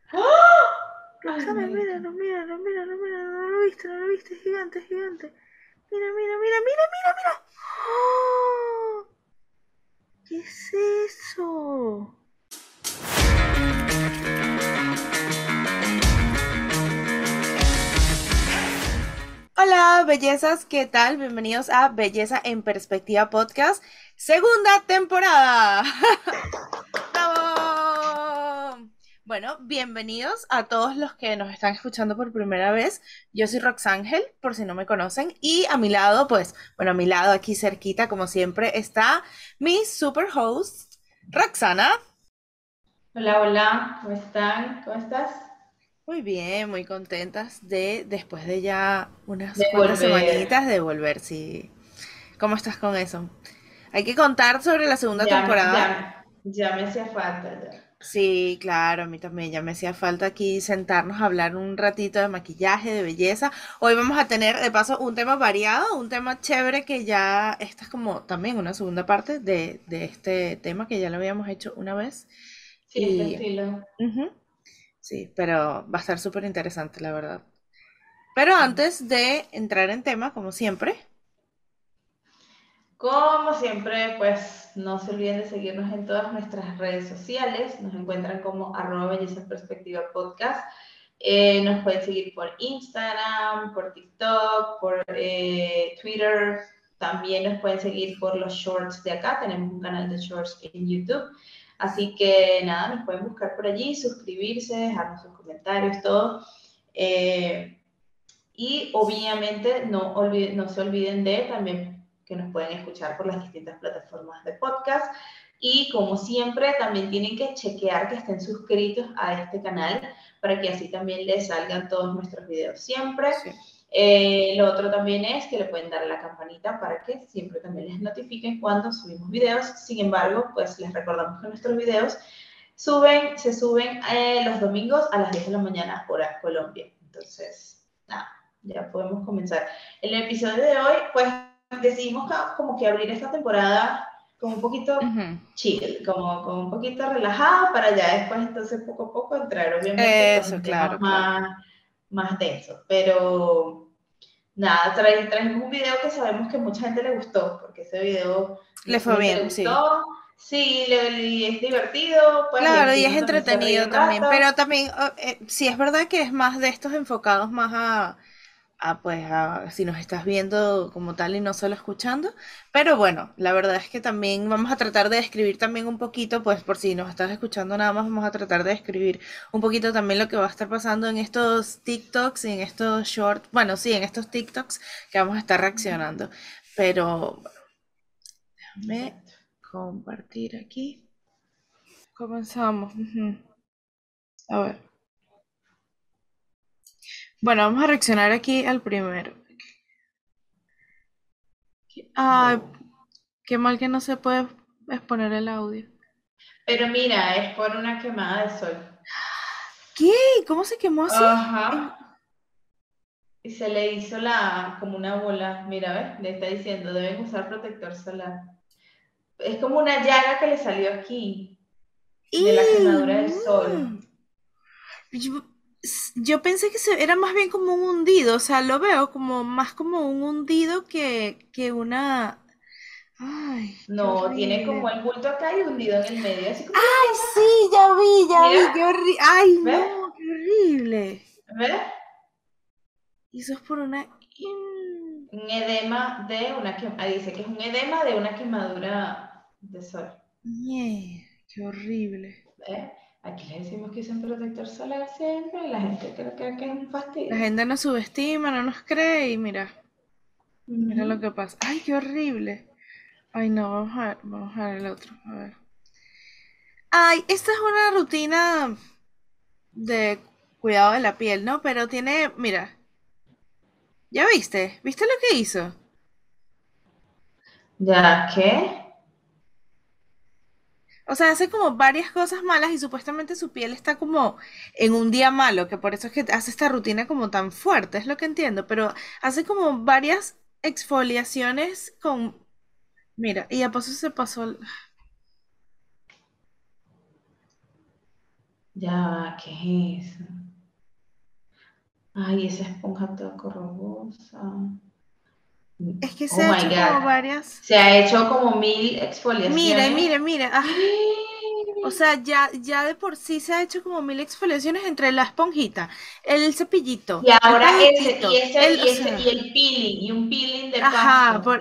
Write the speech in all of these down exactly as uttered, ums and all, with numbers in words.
¡Ah! Ay, Roxana, marica. míralo, míralo, míralo, míralo, no lo viste, no lo viste, es gigante, es gigante. Mira, mira, mira, mira, mira, mira. ¡Oh! ¿Qué es eso? Hola, bellezas, ¿qué tal? Bienvenidos a Belleza en Perspectiva Podcast, segunda temporada. ¡Bravo! Bueno, bienvenidos a todos los que nos están escuchando por primera vez. Yo soy Roxángel, por si no me conocen, y a mi lado, pues, bueno, a mi lado, aquí cerquita, como siempre, está mi super host, Roxana. Hola, hola, ¿cómo están? ¿Cómo estás? Muy bien, muy contentas de, después de ya unas De cuantas volver. semanitas, de volver, sí. ¿Cómo estás con eso? Hay que contar sobre la segunda Ya me, temporada. ya, ya me hacía falta, ya. Sí, claro, a mí también ya me hacía falta aquí sentarnos a hablar un ratito de maquillaje, de belleza. Hoy vamos a tener de paso un tema variado, un tema chévere que ya, esta es como también una segunda parte de, de este tema que ya lo habíamos hecho una vez. Sí, este Y estilo. ujú, sí, pero va a estar súper interesante, la verdad. Pero antes de entrar en tema, como siempre, Como siempre, pues no se olviden de seguirnos en todas nuestras redes sociales. Nos encuentran como arroba belleza en perspectiva podcast. Eh, nos pueden seguir por Instagram, por TikTok, por eh, Twitter. También nos pueden seguir por los shorts de acá. Tenemos un canal de shorts en YouTube. Así que nada, nos pueden buscar por allí, suscribirse, dejarnos sus comentarios, todo. Eh, y obviamente no, olviden, no se olviden de también que nos pueden escuchar por las distintas plataformas de podcast. Y como siempre, también tienen que chequear que estén suscritos a este canal para que así también les salgan todos nuestros videos siempre. sí. Eh, lo otro también es que le pueden dar a la campanita para que siempre también les notifiquen cuando subimos videos. Sin embargo, pues les recordamos que nuestros videos suben, se suben eh, los domingos a las diez de la mañana hora Colombia. Entonces, nada, ya podemos comenzar. El episodio de hoy, pues decidimos como que abrir esta temporada como un poquito Ujú. chill, como, como un poquito relajado para ya después entonces poco a poco entrar obviamente pues Eso, en temas claro, claro. más, más densos. Pero nada, tra trajimos un video que sabemos que mucha gente le gustó, porque ese video Le mucha fue gente le bien, sí. gustó. Sí, le, le, es divertido, pues Claro, le, y es uno también se ríe entretenido un también, rato. pero también oh, eh, sí es verdad que es más de estos enfocados más a, a pues a si nos estás viendo como tal y no solo escuchando, pero bueno, la verdad es que también vamos a tratar de describir también un poquito, pues por si nos estás escuchando nada más, vamos a tratar de describir un poquito también lo que va a estar pasando en estos TikToks y en estos shorts, bueno, sí, en estos TikToks que vamos a estar reaccionando, pero déjame Exacto. compartir aquí. Comenzamos. Ujú. A ver. Bueno, vamos a reaccionar aquí al primero. Ay, qué mal que no se puede exponer el audio. Pero mira, es por una quemada de sol. ¿Qué? ¿Cómo se quemó así? Ajá. En- Y se le hizo la, como una bola. Mira, ¿ves? Le está diciendo, deben usar protector solar. Es como una llaga que le salió aquí, de la ¡Ih, quemadura del sol. no! Yo, yo pensé que se- era más bien como un hundido, o sea, lo veo como más como un hundido que, que una... Ay, qué No, tiene como horrible. el bulto acá y hundido en el medio, así como, Ay, sí, ya vi, ya mira, vi, qué horrible. Ay, ¿ves? no, qué horrible. ¿Ves? Y eso es por una... in- Un edema de una quemadura, dice que es un edema de una quemadura de sol. Ñe, qué horrible. ¿Ves? Aquí le decimos que usen protector solar siempre y la gente cree que, que es un La fastidio. gente nos subestima, no nos cree y mira, mira lo Ujú. que pasa. Ay, qué horrible. Ay, no, vamos a ver, vamos a ver el otro. A ver. Ay, esta es una rutina de cuidado de la piel, ¿no? Pero tiene, mira, ¿ya viste? ¿Viste lo que hizo? ¿Ya qué? O sea, hace como varias cosas malas y supuestamente su piel está como en un día malo, que por eso es que hace esta rutina como tan fuerte, es lo que entiendo, pero hace como varias exfoliaciones con... Mira, y a paso se pasó... el- Ya va, ¿qué es eso? Ay, esa esponja toda corrobosa. Es que Oh se ha my hecho como God. varias. Se ha hecho como mil Mira, y exfoliaciones. mira, mira. Ah, o sea, ya, ya de por sí se ha hecho como mil exfoliaciones entre la esponjita, el cepillito, Y el ahora ese, y pedacito, ese, el, o y ese, y sea, el peeling, y un peeling de ajá, paso. por,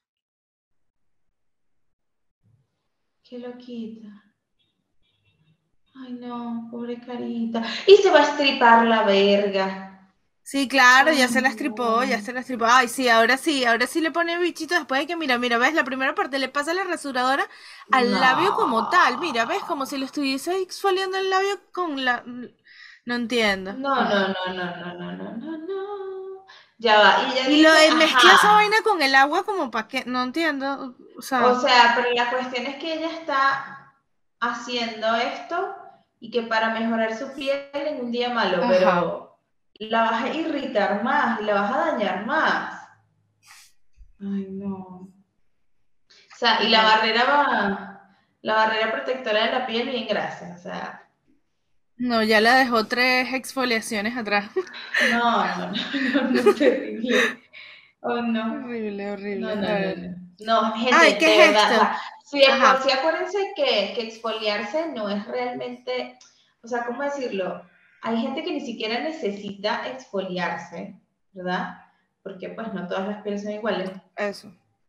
¿Qué lo quita? Ay, no, pobre carita. Y se va a estripar la verga. sí, claro, ya Ay, se la estripó, ya no. se la estripó. Ay, sí, ahora sí, ahora sí le pone bichito después de que, mira, mira, ves, la primera parte le pasa la rasuradora al labio como No. tal, mira, ves, como si le estuviese exfoliando el labio con la... No entiendo. No, Ah. no, no, no, no, no, no, no, no. Ya va. Y ella Y lo dice, eh, mezcla esa ajá. vaina con el agua como para que, no entiendo, o O sea, sea, pero la cuestión es que ella está haciendo esto y que para mejorar su piel en un día malo, ajá. pero la vas a irritar más y la vas a dañar más. Ay, no. O sea, y la Ay. barrera va, la barrera protectora de la piel bien gracias. O sea, No, ya la dejó tres exfoliaciones atrás. no, no, no, no, no, terrible. Oh, no. Horrible, No, horrible. no, A no, ver. no. No, gente, Ay, ¿qué de es verdad, o esto? sea, si de por Ajá. sí acuérdense que, que exfoliarse no es realmente, o sea, ¿cómo decirlo? Hay gente que ni siquiera necesita exfoliarse, ¿verdad? Porque pues no todas las pieles son iguales. Eso.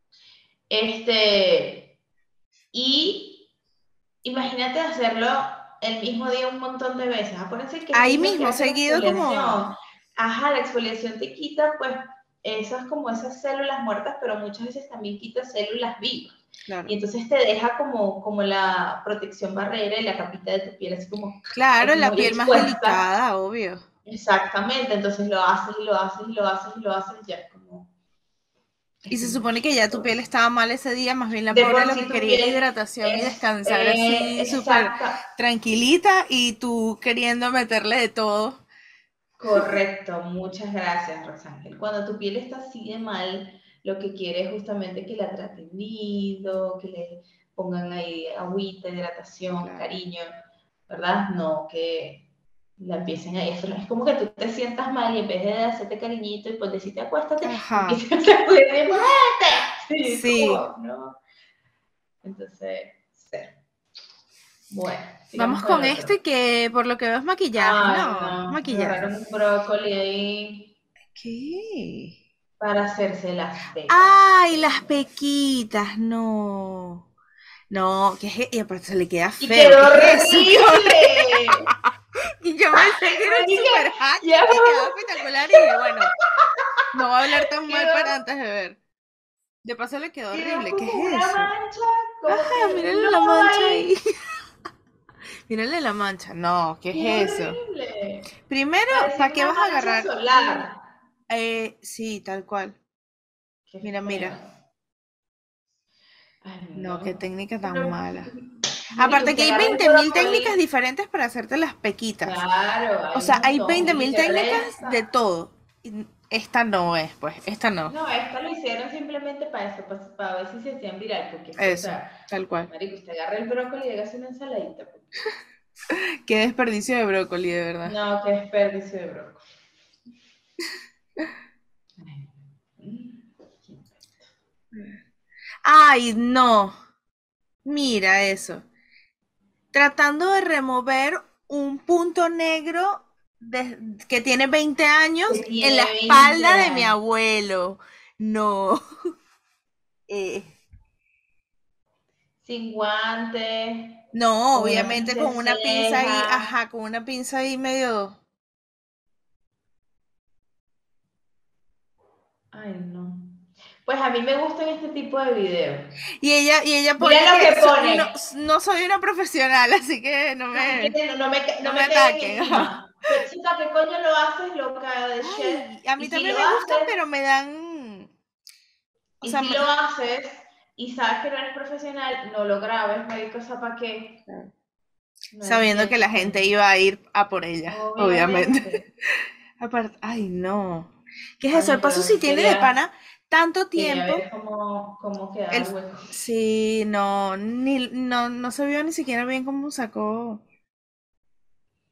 Este, y imagínate hacerlo el mismo día un montón de veces. Acuérdense que Ahí es lo que mismo, hace la seguido como... exfoliación. Ajá, la exfoliación te quita, pues, esas como esas células muertas, pero muchas veces también quita células vivas. Y Claro. entonces te deja como, como la protección barrera y la capita de tu piel así como Claro, la muy piel más expuesta. delicada, obvio. Exactamente, entonces lo haces y lo haces y lo haces y lo haces ya como Y es se un supone que ya tu poquito. piel estaba mal ese día, más bien la De pobre por lo sí que tu quería era piel hidratación y es descansar eh, así súper exacta. tranquilita y tú queriendo meterle de todo. Correcto, muchas gracias, Rosángel. Cuando tu piel está así de mal, lo que quiere es justamente que la traten lindo, que le pongan ahí agüita, hidratación, Claro. cariño, ¿verdad? No que la empiecen ahí. Es como que tú te sientas mal y en vez de hacerte cariñito y pues decirte acuéstate, Ajá. empiezan a sacudirte y muévete. Sí, es Sí. como, no. Entonces, sí. Bueno, sigamos Vamos con el con otro. este que por lo que veo es maquillaje. Ay, No, no, maquillaje. agarraron un brócoli ahí ¿Qué? para hacerse las pecas. ¡Ay, las pequitas! No. No, ¿qué es e- Y aparte se le queda Y feo. quedó ¿Qué es eso? ¿Qué horrible. horrible. Y yo pensé que era un Marica, super hack ya y que quedaba espectacular. Y dije, bueno, no va a hablar tan mal quedó, para antes de ver. De paso le quedó quedó horrible. ¿Qué como es una eso? mancha, como Ajá, que mírale no la va mancha ahí. ahí. Mírale la mancha. No, ¿qué Qué es eso? horrible. Primero, ¿para Parecía qué una vas a mancha agarrar un... solar. Eh, sí, tal cual. Qué Mira, feo. mira. Ay, No, qué no. técnica tan Pero, mala. marica, Aparte usted que hay agarra el veinte mil técnicas brócoli. diferentes para hacerte las pequitas. Claro, O hay un sea, hay montón. veinte Y mil literal técnicas de esta. todo. Y esta no es, pues, esta no. No, esta lo hicieron simplemente para eso, para, para ver si se hacían viral, porque es que, o Eso, sea, tal cual. marico, usted agarra el brócoli y hágase una ensaladita, porque Qué desperdicio de brócoli, de verdad. no, qué desperdicio de brócoli. Ay, mm, Ay, no. Mira eso. Tratando de remover un punto negro de- que tiene veinte años que en la tiene veinte espalda de mi años, abuelo. No. Eh, sin guantes, no, con una obviamente pinche con una pinza ahí, ceja. ajá, con una pinza ahí medio. Ay, no. Pues a mí me gustan este tipo de videos. Y ella, y ella Mira pone lo que que so- no, pone. no soy una profesional, así que no Así me, que no, no me, no no me me caigan ataquen. Ajá. encima. ¿Qué chica, qué coño lo haces, loca de chef? Ay, a Y mí si también lo me gustan, haces, pero me dan, o y sea, si me- lo haces y sabes que no eres profesional, no lo grabes, marico, o sea, ¿para qué? No sabiendo que entiendo, la coño. gente iba a ir a por ella, obviamente. Obviamente. Aparte, ay, no. ¿Qué es eso? Ay, El paso si pero tiene de quería, pana tanto quería tiempo. ver cómo, cómo El, quedaba el hueco. sí, no, ni, no, no se vio ni siquiera bien cómo sacó.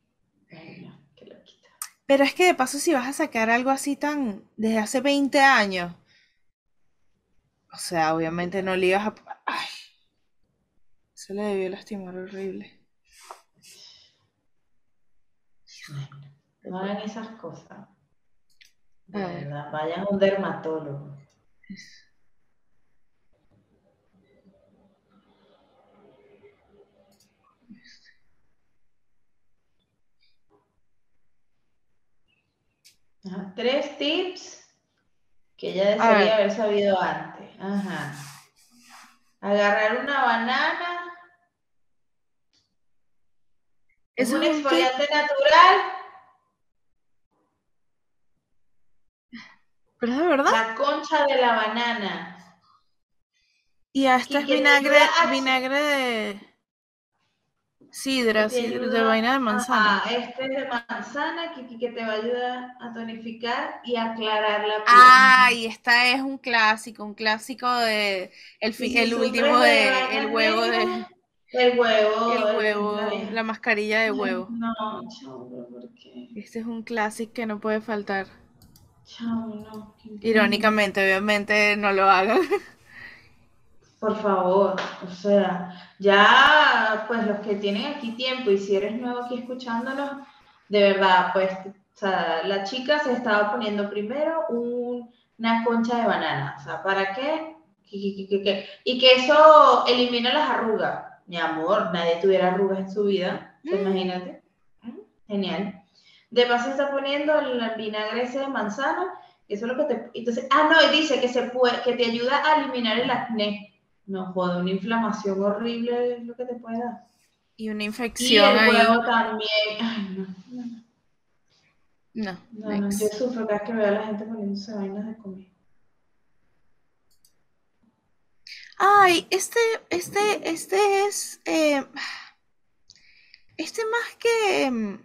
Pero es que de paso si vas a sacar algo así tan desde hace veinte años, o sea, obviamente no le ibas a... Ay, se le debió lastimar horrible. Bueno, no hagan esas cosas. A De ver. verdad, vayan a un dermatólogo. Ajá, tres tips que ella A desearía ver, haber sabido antes. Ajá. Agarrar una banana. Es eso un es un tip, exfoliante natural. pero es de verdad. La concha de la banana. Y hasta Y es que te ayuda vinagre, a... vinagre de Que sidra, te sidra de ayuda... vaina de manzana. Ajá, este es de manzana que, que te va a ayudar a tonificar y aclarar la piel. Ah, y esta es un clásico, un clásico de el, Y fi- si el último sufres de de el vainas huevo negras, de el el huevo, el- la huevo, vieja. la mascarilla de Ay, huevo. no, chao, pero ¿por qué? Este es un clásico que no puede faltar. Chao, no, qué incómodo. Irónicamente, obviamente no lo hagan. Por favor, o sea, ya, pues los que tienen aquí tiempo y si eres nuevo aquí escuchándonos, de verdad, pues, o sea, la chica se estaba poniendo primero un- una concha de banana, o sea, ¿para qué? Que- que- que- que- Y que eso elimina las arrugas. Mi amor, nadie tuviera arrugas en su vida, o sea, Mm, imagínate. ¿Mm? Genial. De paso está poniendo el vinagre ese de manzana, que eso es lo que te... Entonces, ah, no, y dice que, se puede, que te ayuda a eliminar el acné. No joda, una inflamación horrible es lo que te puede dar. y una Y infección el ahí. huevo también. Ay, no, no, No, no, no, yo next. sufro cada vez que veo a la gente poniéndose vainas de comida. Ay, este, este, este es, eh, este más que, em,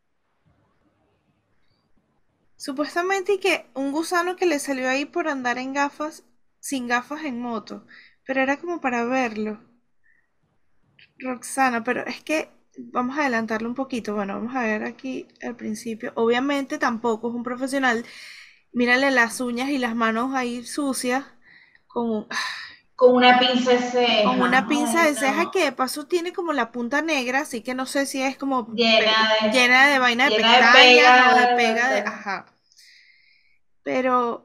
supuestamente que un gusano que le salió ahí por andar en gafas, sin gafas en moto, pero era como para verlo. Roxana, pero es que vamos a adelantarlo un poquito. Bueno, vamos a ver aquí al principio. Obviamente tampoco es un profesional. Mírale las uñas y las manos ahí sucias con, un- Con una pinza de con una ceja. pinza Ay, de ceja no. que de paso tiene como la punta negra, así que no sé si es como Llena pe- de, llena de vaina de llena de pestañas o de pega de... pega. Ajá. Pero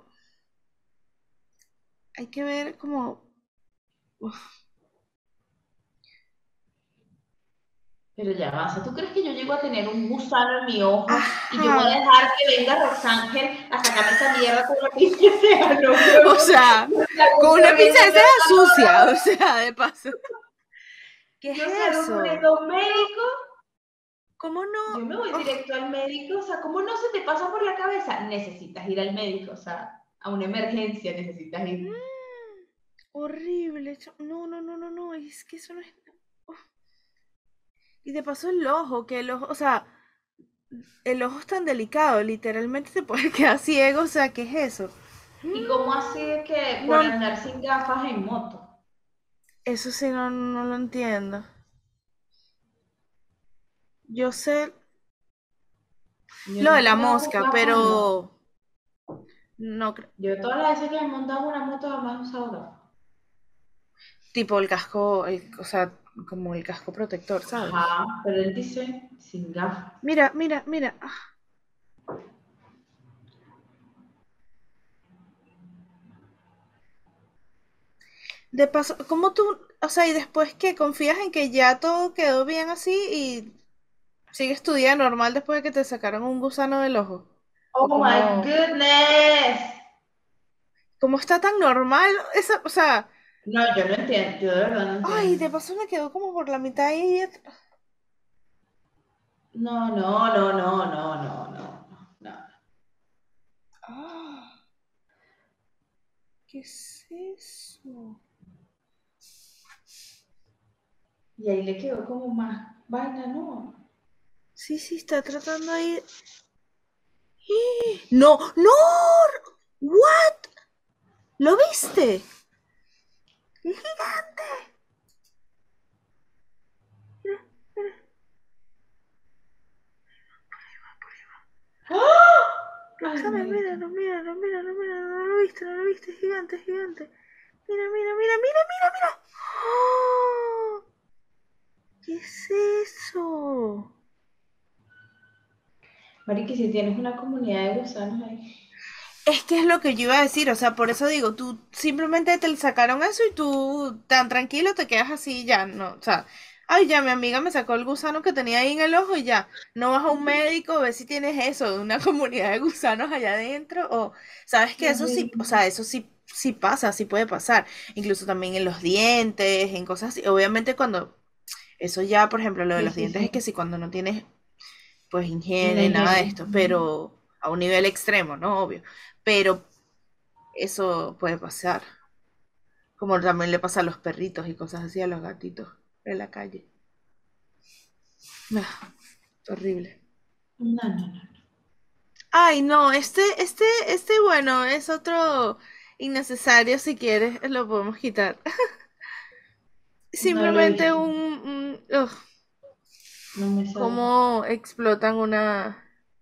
hay que ver como... uf. Pero ya vas, ¿tú crees que yo llego a tener un gusano en mi ojo y yo voy a Ajá. dejar que venga Roxángel a sacarme esa mierda con la pinza de ceja? No, creo O que sea, yo salgo con una pinza corriendo de y yo ceja sucia, o salgo, sea, de paso. ¿Qué es yo salgo eso? corriendo a un médico. ¿Cómo no? Yo me voy Oh, directo al médico, o sea, ¿cómo no se te pasa por la cabeza? Necesitas ir al médico, o sea, a una emergencia necesitas ir. mm, horrible. cho- No, no, no, no, no. Es que eso no es. Oh. Y de paso el ojo, que el ojo, o sea, el ojo es tan delicado, literalmente te puede quedar ciego, o sea, ¿qué es eso? ¿Y cómo así de que No, por andar sin gafas en moto? eso sí no, no lo entiendo. Yo sé Yo lo de nunca he la andado con mosca, gafas en moto. pero no creo. Yo todas las veces que me he montado en una moto jamás he usado gafas. Tipo el casco, el- o sea, como el casco protector, ¿sabes? Ajá, pero él dice sin gafas. Mira, mira, mira. ah, De paso, ¿cómo tú, o sea, y después que confías en que ya todo quedó bien así y sigues tu día normal después de que te sacaron un gusano del ojo? ¿O Oh my cómo, goodness. cómo está tan normal esa, o sea, No, yo no entiendo, yo de verdad no ay, de entiendo. paso me quedó como por la mitad ahí. at- No, no, no, no, no, no, no, no. Ah, ¿qué es eso? Y ahí le quedó como más vaina, ¿no? Sí, sí, está tratando ahí. No, no, what? ¿Lo viste? ¡Es gigante! Ay, Sammy, marica. míralo, míralo, míralo, míralo, no lo viste, no lo viste, es gigante, es gigante. Mira, mira, mira, mira, mira, mira. ¡Oh! ¿Qué es eso? Marica, ¿y si tienes una comunidad de gusanos ahí? Es que es lo que yo iba a decir, o sea, por eso digo, tú simplemente te sacaron eso y tú tan tranquilo te quedas así y ya, no, o sea, ay, ya mi amiga me sacó el gusano que tenía ahí en el ojo y ya, no vas a un médico, ves si tienes eso, una comunidad de gusanos allá adentro, o sabes que Qué eso sí, o horrible. sea, eso sí, sí pasa, sí puede pasar, incluso también en los dientes, en cosas así, obviamente cuando, eso ya, por ejemplo, lo de Sí, los sí, dientes es que sí. si cuando no tienes pues Una higiene, nada de higiene. esto, Ujú. pero a un nivel extremo, ¿no? Obvio. Pero eso puede pasar. Como también le pasa a los perritos y cosas así, a los gatitos de la calle. Ah, horrible. No, no, no. Ay, no, este, este, este, bueno, es otro innecesario si quieres, lo podemos quitar. No lo he Simplemente visto. un, un ugh, No me sale. cómo explotan una...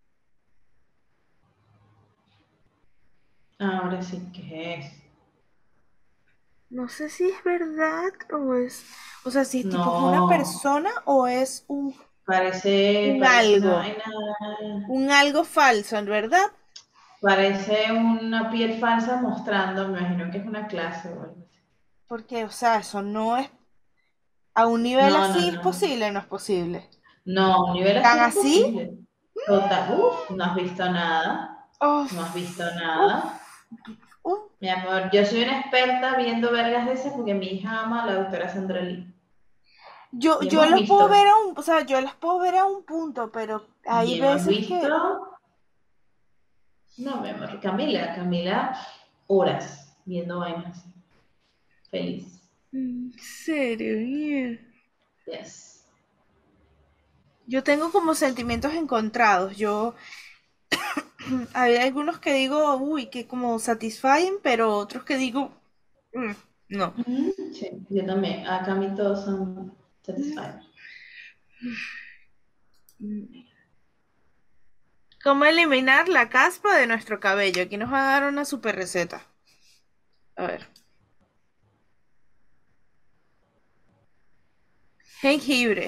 Ahora sí, ¿qué es? No sé si es verdad o es... O sea, si es tipo es una No. persona o es un, Parece, un parece una algo. vaina. Un algo falso, ¿verdad? Parece una piel falsa mostrando, me imagino que es una clase o algo así. Porque, o sea, eso no es... A un nivel No, no, así es no. posible, no es posible. No, un nivel así ¿Tan es así? imposible. Total. Uf, no has visto nada. No has visto Uf, nada. uf, uf. Mi amor, yo soy una experta viendo vergas de esas porque mi hija ama a la doctora Sandra Lee. Yo, Y yo hemos los puedo ver visto, a un, o sea, yo las puedo ver a un punto, pero hay y hemos veces que, visto, no, mi amor, Camila, Camila, horas viendo vainas. Feliz. en serio, yeah. Yes. Yo tengo como sentimientos encontrados. Yo, hay algunos que digo, uy, que como satisfying, pero otros que digo, mm, no. Mm, sí, yo también. Acá mí todos son satisfied. ¿Cómo eliminar la caspa de nuestro cabello? Aquí nos va a dar una super receta. A ver. Jengibre,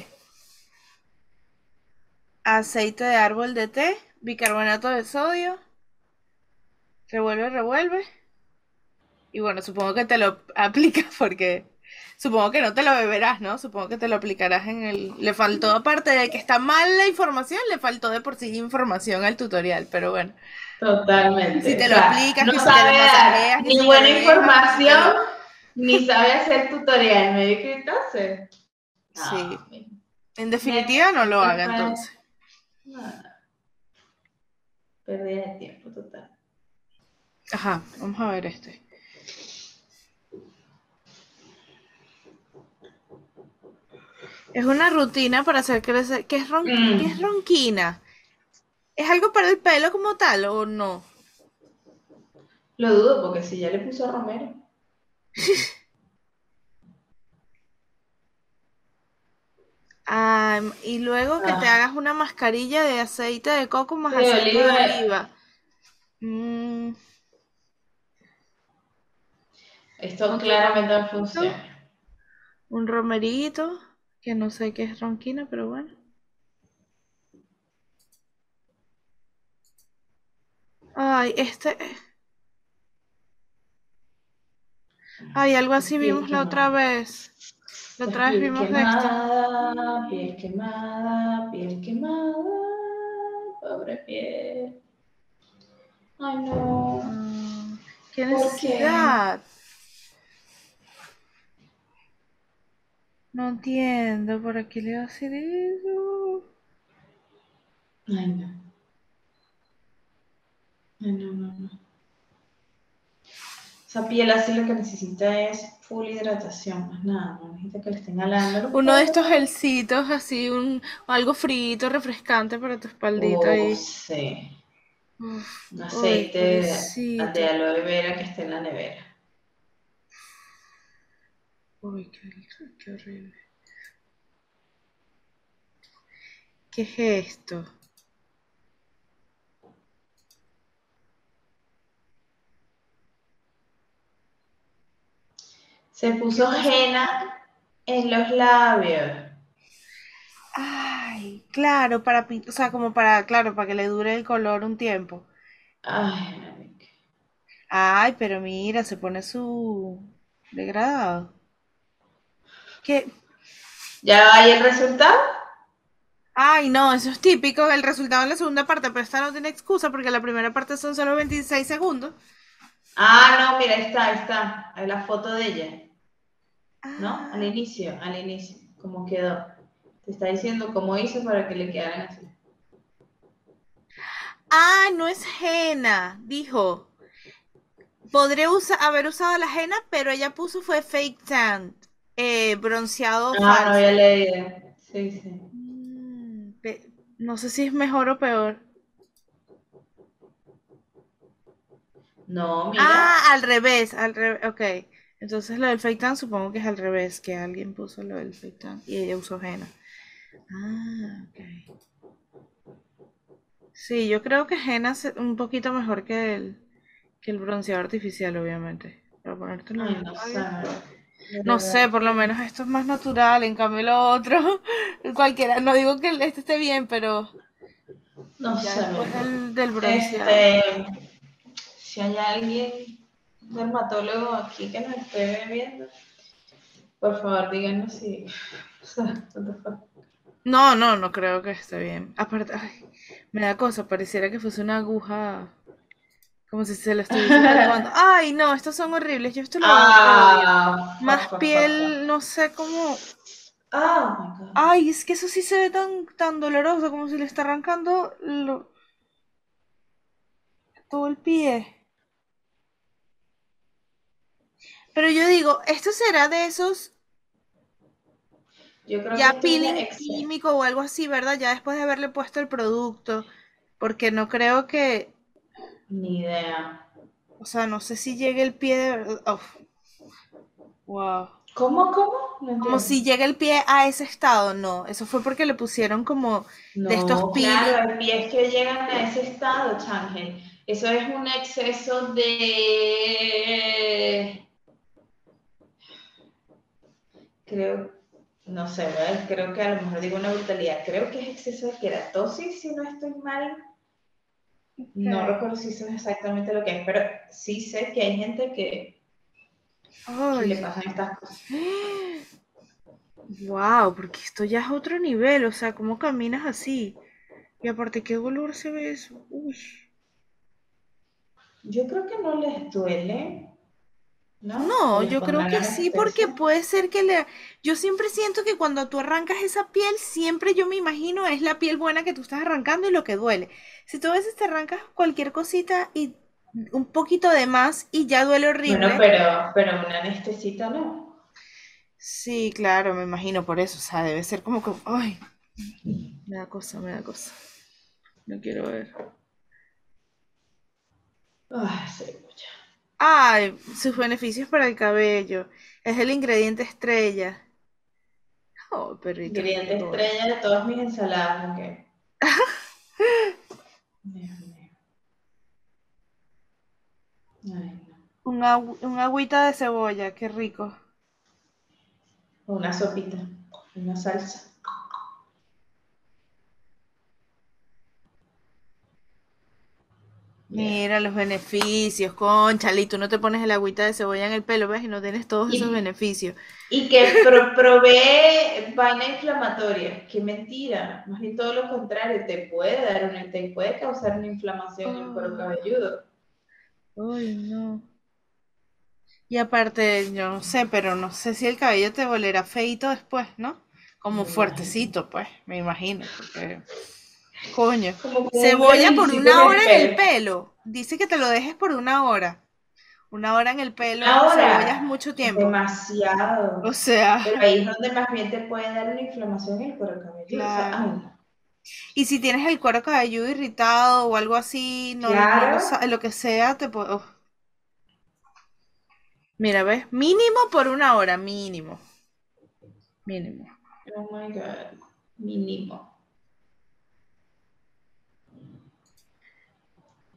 aceite de árbol de té, bicarbonato de sodio, revuelve, revuelve. Y bueno, supongo que te lo aplicas porque supongo que no te lo beberás, ¿no? Supongo que te lo aplicarás en el... Le faltó, aparte de que está mal la información, le faltó de por sí información al tutorial, pero bueno. Si Totalmente. O te lo sea, aplicas, no que si te lo sabe dar masajeas, que ni si te lo buena dejas, que si te información, lo... ni sabe hacer tutorial. ¿Me di entonces? Sí. No, mi- En next, definitiva, no lo red haga flag. entonces. No, pérdida de tiempo total. Ajá, vamos a ver este. Es una rutina para hacer crecer... ¿Qué es, ron... ¿Qué es Mm, ronquina? ¿Es algo para el pelo como tal o no? lo dudo porque si ya le puso a Romero. Ah, y luego que te hagas Ah, una mascarilla de aceite de coco más de aceite de oliva. oliva. Mm, Esto otro claramente no romerito. funciona. Un romerito. Que no sé qué es ronquina, pero bueno. Ay, este. Ay, algo así Piel vimos la otra quemada. vez. La La otra vez piel vimos de esto. quemada, piel quemada, piel quemada. Pobre piel. Ay, no. Mm, ¿qué ¿Por qué? necesidad? No entiendo. ¿Por qué le va a hacer eso? Ay, no. Ay, no, no, no. Esa piel así lo que necesita es full hidratación, más nada. No necesita que le estén jalando los Uno de pelos. estos gelcitos así, un algo frito, refrescante para tu espaldita Uf, ahí. sí. Uf, Un uy, aceite de, pobrecito. de aloe vera que esté en la nevera. Uy, qué, qué horrible. ¿Qué es esto? Se ¿Qué puso cosa? henna en los labios. Ay, claro, para pin- o sea, como para, claro, para que le dure el color un tiempo. Ay, marica. Ay, pero mira, se pone su degradado. ¿Qué? ¿Ya va ahí el resultado? Ay, no, eso es típico, el resultado en la segunda parte, pero esta no tiene excusa porque la primera parte son solo veintiséis segundos. Ah, no, mira, ahí está, ahí está. Ahí la foto de ella. ¿No? Al Ah, inicio, al inicio. ¿Cómo quedó? Te está diciendo cómo hizo para que le quedaran así. ah, no es henna, dijo. Podré usa- haber usado la henna, pero ella puso fue fake tan, eh, bronceado Ah, no había falso. leído. Sí, sí. Mm, pe- no sé si es mejor o peor. No, mira. Ah, al revés, al revés, ok. Entonces lo del fake tan supongo que es al revés, que alguien puso lo del fake tan y ella usó henna. Ah, ok. Sí, yo creo que henna es un poquito mejor que el, que el bronceado artificial, obviamente. Para ponértelo en Ay, los no sé, labios. de No sé, verdad por lo que. menos esto es más natural, en cambio lo otro, cualquiera, no digo que este esté bien, pero No ya sé, después mira. del, del bronceado. Este. Si hay alguien dermatólogo aquí que nos esté viendo, por favor díganos si. O sea, what the fuck. No, no, no creo que esté bien. Aparte, ay, me da cosa, pareciera que fuese una aguja, como si se la estuviese tatuando. Ay, no, estos son horribles, yo esto lo odio. Ah, Más fuck, fuck, fuck, fuck. piel, no sé cómo. Oh my god. Ay, es que eso sí se ve tan, tan doloroso, como si le está arrancando lo- todo el pie. Pero yo digo, esto será de esos Yo creo que ya esto es de peeling exceso. químico o algo así, ¿verdad? Ya después de haberle puesto el producto, porque no creo que, Ni idea. o sea, no sé si llegue el pie de verdad. Uf, wow. ¿Cómo, cómo? No Como entiendo. si llegue el pie a ese estado, no. Eso fue porque le pusieron como de estos No, claro, peeling. hay pies que llegan a ese estado, Changel. Eso es un exceso de, creo, no sé, ¿verdad? Creo que a lo mejor digo una brutalidad. Creo que es exceso de queratosis, si no estoy mal. No Okay. recuerdo si eso es exactamente lo que es, pero sí sé que hay gente que, que Ay. le pasan estas cosas. Wow, porque esto ya es otro nivel, o sea, ¿cómo caminas así? Y aparte, ¿qué dolor se ve eso? Uy. Yo creo que no les duele, ¿no? O No, les yo creo pondrán que sí, porque anestesia. puede ser que le... Yo siempre siento que cuando tú arrancas esa piel, siempre yo me imagino es la piel buena que tú estás arrancando y lo que duele. Si tú a veces te arrancas cualquier cosita y un poquito de más y ya duele Bueno, horrible. pero, pero una anestesita no. Sí, claro, me imagino por eso, o sea, debe ser como que... Ay, me da cosa, me da cosa. No quiero ver. Ay, sí, mucha. Ay, sus beneficios para el cabello. Es el ingrediente estrella. Oh, perrito Ingrediente rincón. estrella de todas mis ensaladas, ok. Dios mío. Ay, no. Un, agü- un agüita de cebolla, qué rico. Una sopita, una salsa. Yeah. Mira los beneficios, cónchale, y tú no te pones el agüita de cebolla en el pelo, ¿ves? Y no tienes todos esos Y, beneficios. y que pro- provee vaina inflamatoria. Qué mentira. Más bien todo lo contrario. Te puede dar una, te puede causar una inflamación en el cuero Oh, cabelludo. ay, no. Y aparte, yo no sé, pero no sé si el cabello te volverá feito después, ¿no? Como Me imagino. fuertecito, pues, me imagino, porque, coño. Como, como un Cebolla por gremlincito en una hora el en el pelo. pelo. Dice que te lo dejes por una hora. Una hora en el pelo, cebolla es Ahora, mucho tiempo. O demasiado. Pero sea, ahí es donde más bien te puede dar una inflamación en el cuero cabelludo. O sea, ay, claro. no. Y si tienes el cuero cabelludo irritado o algo así, no, no lo Claro. sabes, lo que sea, te puede... uf. Mira, ¿ves? Mínimo por una hora, mínimo. Mínimo. Oh my God. Mínimo.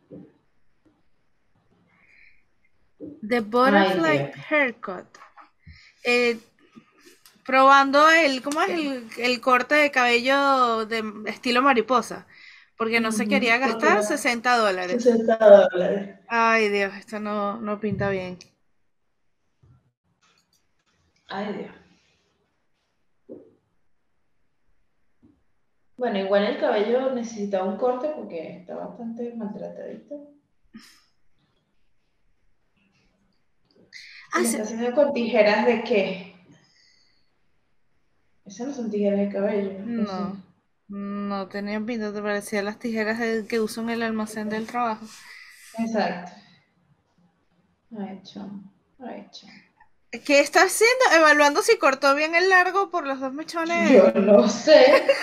The Ay, Butterfly Dios. Haircut. eh, probando el, ¿cómo es el, el corte de cabello de estilo mariposa? Porque no se quería Ujú, porque gastar no, sesenta dólares. sesenta dólares. Ay, Dios, esto no, no pinta bien. Ay, Dios. Bueno, igual el cabello necesita un corte porque está bastante maltratadito. Y Ah, lo sí. está haciendo con tijeras de qué? Esas no son tijeras de cabello, ¿o sí? No, no tenía pinta, te parecía las tijeras de- que uso en el almacén del trabajo. Exacto. Ay, chamo. Ay, chamo. ¿Qué está haciendo? Evaluando si cortó bien el largo por los dos mechones. Yo no sé.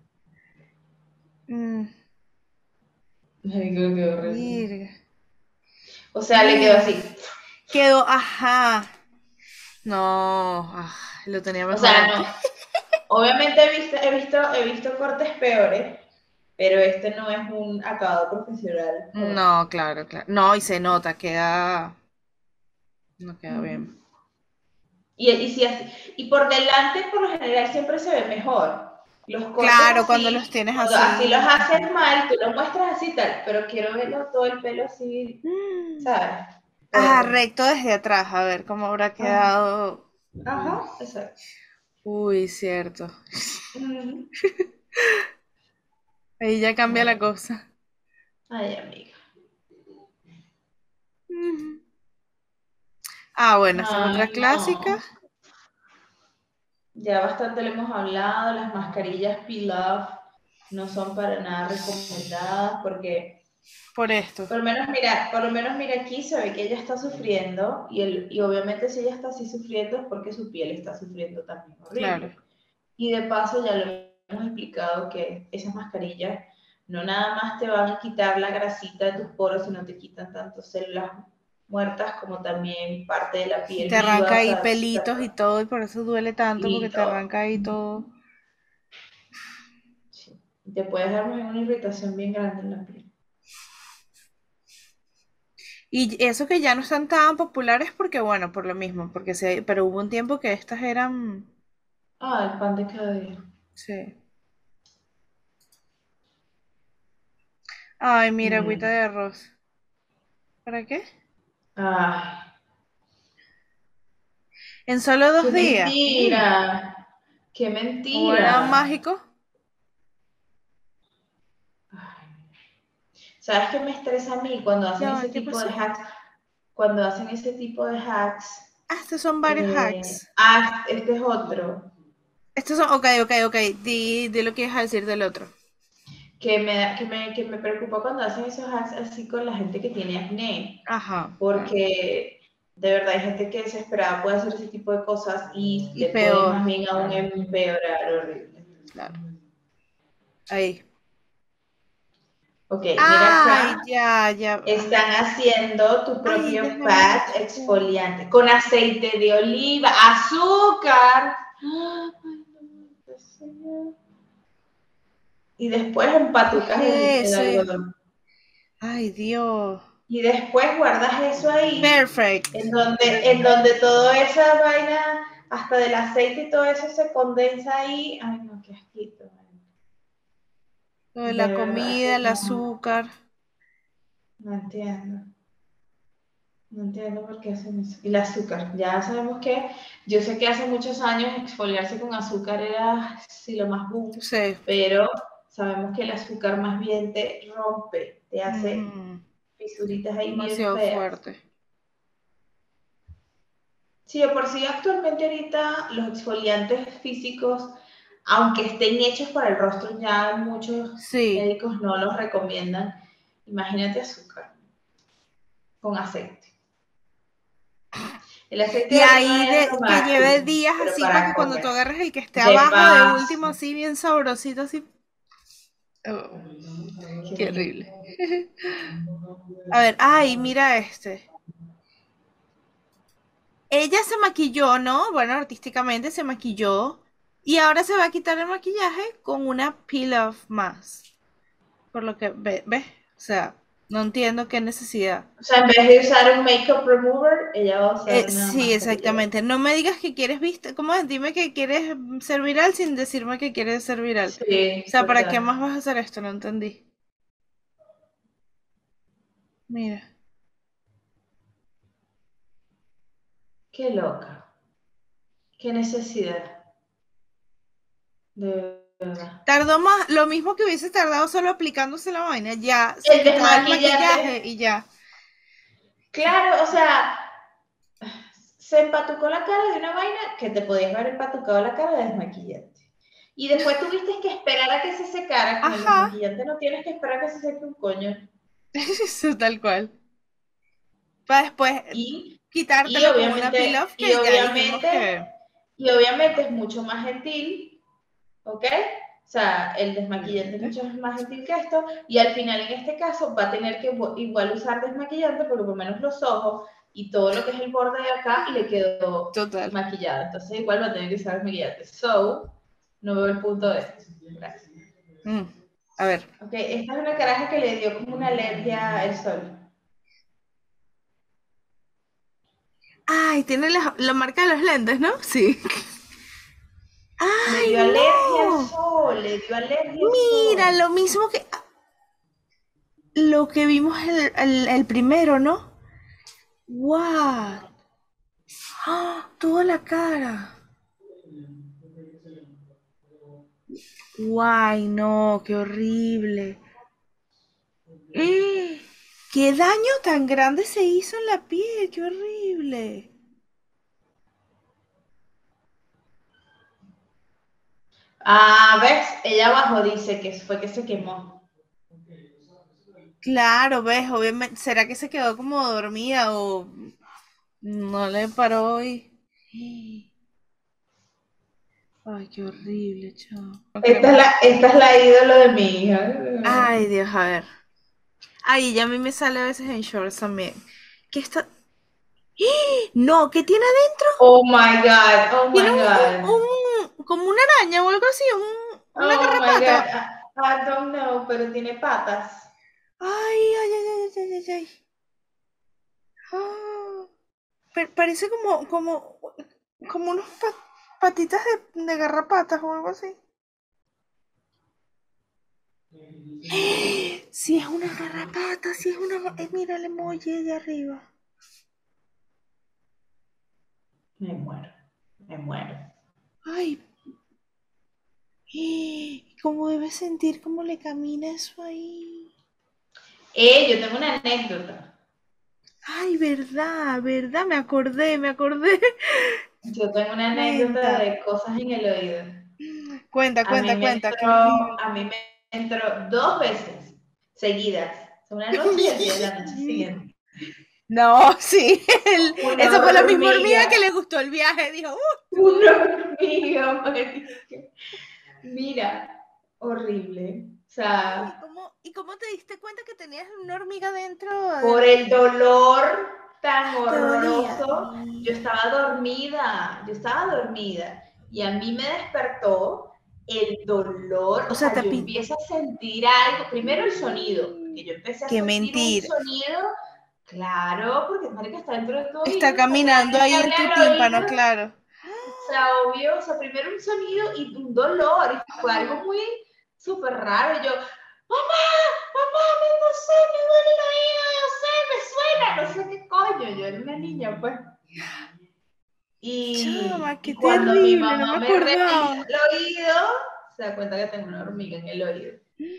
Mm, Ay, qué qué horrible. virga. O sea, le quedó Y así. quedó, ajá. No, ah, lo tenía O mejor sea, antes. no. Obviamente he visto, he visto, he visto cortes peores, pero este no es un acabado profesional. Joder. No, claro, claro. No, y se nota, queda, no queda Ujú. bien. Y, y, si así- y por delante, por lo general, siempre se ve mejor. Los cortes Claro, cuando los así, tienes cuando así los así. haces mal, tú los muestras así tal, pero quiero verlo todo el pelo así, Mm. ¿sabes? Por Ah, detrás. recto desde atrás, a ver cómo habrá Ajá, quedado. ajá, exacto. Uy, cierto. Ujú. Ahí ya cambia la Ay, cosa. ay, amiga. Ujú. Ah, bueno, esta es otra Ay, clásica. no. Ya bastante le hemos hablado, las mascarillas Peel Off no son para nada recomendadas porque, Por esto. por lo menos mira, por lo menos mira aquí se ve que ella está sufriendo y, el, y obviamente si ella está así sufriendo es porque su piel está sufriendo también Claro. horrible. Y de paso ya lo hemos explicado que esas mascarillas no nada más te van a quitar la grasita de tus poros, sino te quitan tanto células muertas como también parte de la Y piel te arranca viva, o ahí sea, súper pelitos y todo, y por eso duele tanto, porque y te todo. arranca ahí todo. Sí. Te puedes dar una irritación bien grande en la piel. Y eso que ya no están tan populares porque, bueno, por lo mismo, porque se, pero hubo un tiempo que estas eran, Ah, el pan de cada día. sí. Ay, mira, agüita Mm. de arroz. ¿Para qué? Ay, En solo qué dos días. Mm, mentira. Qué ¿o era mentira. mágico? Ay. ¿Sabes qué me estresa a mí cuando hacen Ya va, ese ¿qué tipo de pasó? hacks? Cuando hacen ese tipo de hacks. Ah, estos son varios Eh, hacks. ah, este es otro. Estos son, ok, ok, ok. Di, di lo que ibas a decir del otro. Que me, que, me, que me preocupa cuando hacen esos hacks así con la gente que tiene acné. Ajá. Porque de verdad hay gente que desesperada puede hacer ese tipo de cosas y Y le puede peor, más bien aún claro, empeorar horrible. claro. Ahí. Ok, mira Ay, acá, ya, ya. están haciendo tu Ay, propio déjame pad buscar. exfoliante con aceite de oliva, azúcar. Y después ¿Qué empatucas el, es el eso? algodón. Ay, Dios. Y después guardas eso ahí, Perfect. en donde, en donde toda esa vaina, hasta del aceite y todo eso se condensa ahí. Ay, no, qué asquito. Lo de De la verdad comida, que el no, azúcar. no entiendo. No entiendo por qué hacen eso. Y el azúcar, ya sabemos que, yo sé que hace muchos años exfoliarse con azúcar era sí, lo más boom, Sí. pero sabemos que el azúcar más bien te rompe, te hace Ujú. fisuritas ahí bien Demasiado feas. fuerte. Sí, de por sí actualmente ahorita los exfoliantes físicos, aunque estén hechos para el rostro, ya muchos Sí. médicos no los recomiendan. Imagínate azúcar con aceite. El aceite Y de oliva ahí es lo de que lleve máximo, días pero así para para que cuando tú comer. agarres el que esté De abajo, de último, paso. así bien sabrosito, así. Oh, Qué qué rico. horrible. A ver, ay, mira este. Ella se maquilló, ¿no? Bueno, artísticamente se maquilló. Y ahora se va a quitar el maquillaje con una peel off más. Por lo que ve, ¿ves? O sea, No entiendo qué necesidad. O sea, en vez de usar un makeup remover, ella va a usar Eh, una sí, mascarilla. exactamente. No me digas que quieres viste, ¿cómo es? Dime que quieres ser viral sin decirme que quieres ser viral. O Sí, sea, ¿para qué más total. vas a hacer esto? No entendí. Mira. Qué loca. Qué necesidad. De verdad. Tardó más, lo mismo que hubiese tardado solo aplicándose la vaina. Ya se El quitaba el maquillaje desmaquillante. y ya. Claro, o sea, se empatucó la cara de una vaina que te podías haber empatucado la cara de desmaquillante. Y después tuviste que esperar a que se secara. Con el Ajá. desmaquillante no tienes que esperar a que se seque un coño. Eso tal cual. Para después Y, y quitártelo con una peel obviamente, off y que ya dijimos obviamente, que. y obviamente es mucho más gentil, ¿ok? O sea, el desmaquillante es Obviamente. mucho más gentil que esto, y al final en este caso va a tener que igual usar desmaquillante, porque por lo menos los ojos y todo lo que es el borde de acá le quedó Total. maquillado. Entonces igual va a tener que usar desmaquillante. So, no veo el punto de esto. Gracias. Mm, A ver. Ok, esta es una caraja que le dio como una alergia al sol. Ay, tiene la, la marca de los lentes, ¿no? Sí. Le ¡Ay, dio alergia al no! sol, le dio alergia al Mira, sol. lo mismo que lo que vimos el, el, el primero, ¿no? ¡What! ¡Ah! Toda la cara. ¡Guay, no! ¡Qué horrible! ¡Eh! ¡Qué daño tan grande se hizo en la piel! ¡Qué horrible! Ah, ¿ves? Ella abajo dice que fue que se quemó. Claro, ves, obviamente, ¿será que se quedó como dormida o no le paró hoy? Ay, qué horrible, chao. No Esta queremos es ver. la, esta es la ídolo de mi hija. Ay, Dios, a ver. Ay, ya a mí me sale a veces en shorts también. ¿Qué está? ¡Eh! No, ¿qué tiene adentro? Oh my God, oh Tiene my un, God. un, un- como una araña o algo así, un, una Oh my God. garrapata. I, I don't know, pero tiene patas. Ay, ay, ay, ay, ay, ay, ay. Ah, pa- parece como, como, como unas pa- patitas de, de garrapatas o algo así. Si es una garrapata, si es una... eh, mira el emoji de arriba. Me muero, me muero. Ay, eh, ¿cómo debe sentir cómo le camina eso ahí? Eh, yo tengo una anécdota. Ay, verdad, verdad, me acordé, me acordé. Yo tengo una anécdota Cuenta, de cosas en el oído. cuenta, A mí cuenta, me cuenta, qué entró, horrible. a mí me entró dos veces seguidas. Una noche y el día de la noche siguiente. No, sí, el- Una esa fue la misma hormiga hormiga. que le gustó el viaje. Dijo, uh, Una estuvo... hormiga, marica. Mira, horrible. O Ay, ¿y sea, cómo, ¿y cómo te diste cuenta que tenías una hormiga dentro por del... el dolor tan Ah, te dolía. horroroso, yo Mira. estaba dormida, yo estaba dormida y a mí me despertó el dolor, O o sea, sea, te yo pin... empiezo a sentir algo, primero el sonido, porque yo empecé a Qué sentir un mentira. sonido, claro, porque marica está dentro de tu Está oído, o sea, que caminando alguien te ahí en hable tu al tímpano, oído. claro. O sea, obvio, o sea, primero un sonido y un dolor, y fue algo muy súper raro. Y yo, mamá, mamá, me, no sé, me duele el oído, no sé, me suena, no sé qué coño. Yo era una niña, pues. Chama, Y, qué y cuando mi terrible, no mamá me me revisa acordaba. el oído, se da cuenta que tengo una hormiga en el oído.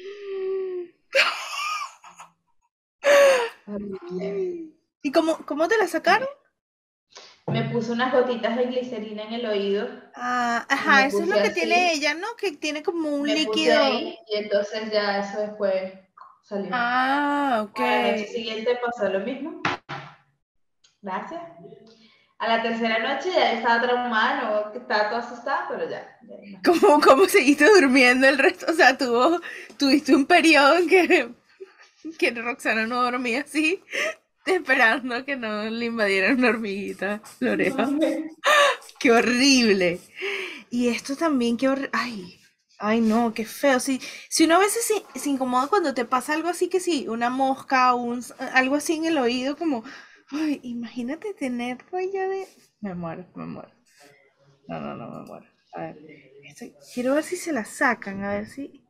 Horrible. ¿Y cómo, cómo te la sacaron? Me puse unas gotitas de glicerina en el oído Ah, y ajá, me eso es puse lo que tiene así, ella, ¿no? Que tiene como un me puse líquido. ahí y entonces ya eso después salió. Ah, ok. A la noche siguiente pasó lo mismo. Gracias. A la tercera noche ya estaba traumada, no, que estaba toda asustada, pero ya. ya ¿Cómo, cómo seguiste durmiendo el resto? O sea, tuvo, tuviste un periodo en que, que Roxana no dormía así, esperando que no le invadiera una hormiguita la oreja. ¡Qué horrible! Y esto también, qué horrible. Ay, Ay, no, qué feo. Si, si uno a veces se, se incomoda cuando te pasa algo así, que sí, una mosca o un, algo así en el oído, como, ay, imagínate tener ya de... Me muero, me muero. No, no, no, me muero. A ver, estoy- quiero ver si se la sacan, a ver si,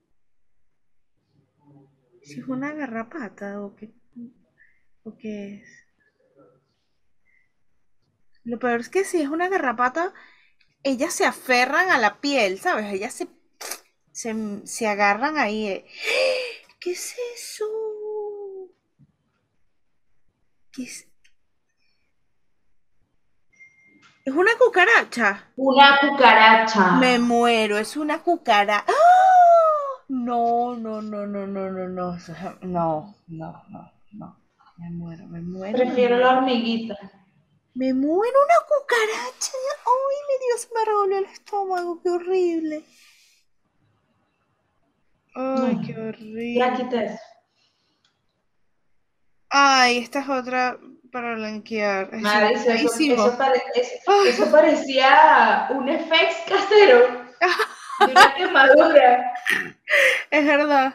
si es una garrapata o qué, o qué es. Lo peor es que si es una garrapata, ellas se aferran a la piel, ¿sabes? Ellas se, se, se agarran ahí. eh. ¿Qué es eso? ¿Qué es? ¿Es una cucaracha? Una cucaracha. Me muero, es una cucaracha. ¡Ah! No, no, no, no, no, no, no, no, no, no, no. Me muero, me muero, me Prefiero muero. la hormiguita. Me muero una cucaracha. Ay, mi Dios, se me revolvió el estómago, qué horrible. No, Ay, qué ya horrible. quité eso. Ay, esta es otra para blanquear. Ay, sí, Mauricio, eso, feísimo. eso, pare- eso, Ah, eso parecía un efecto casero de una quemadura. es verdad.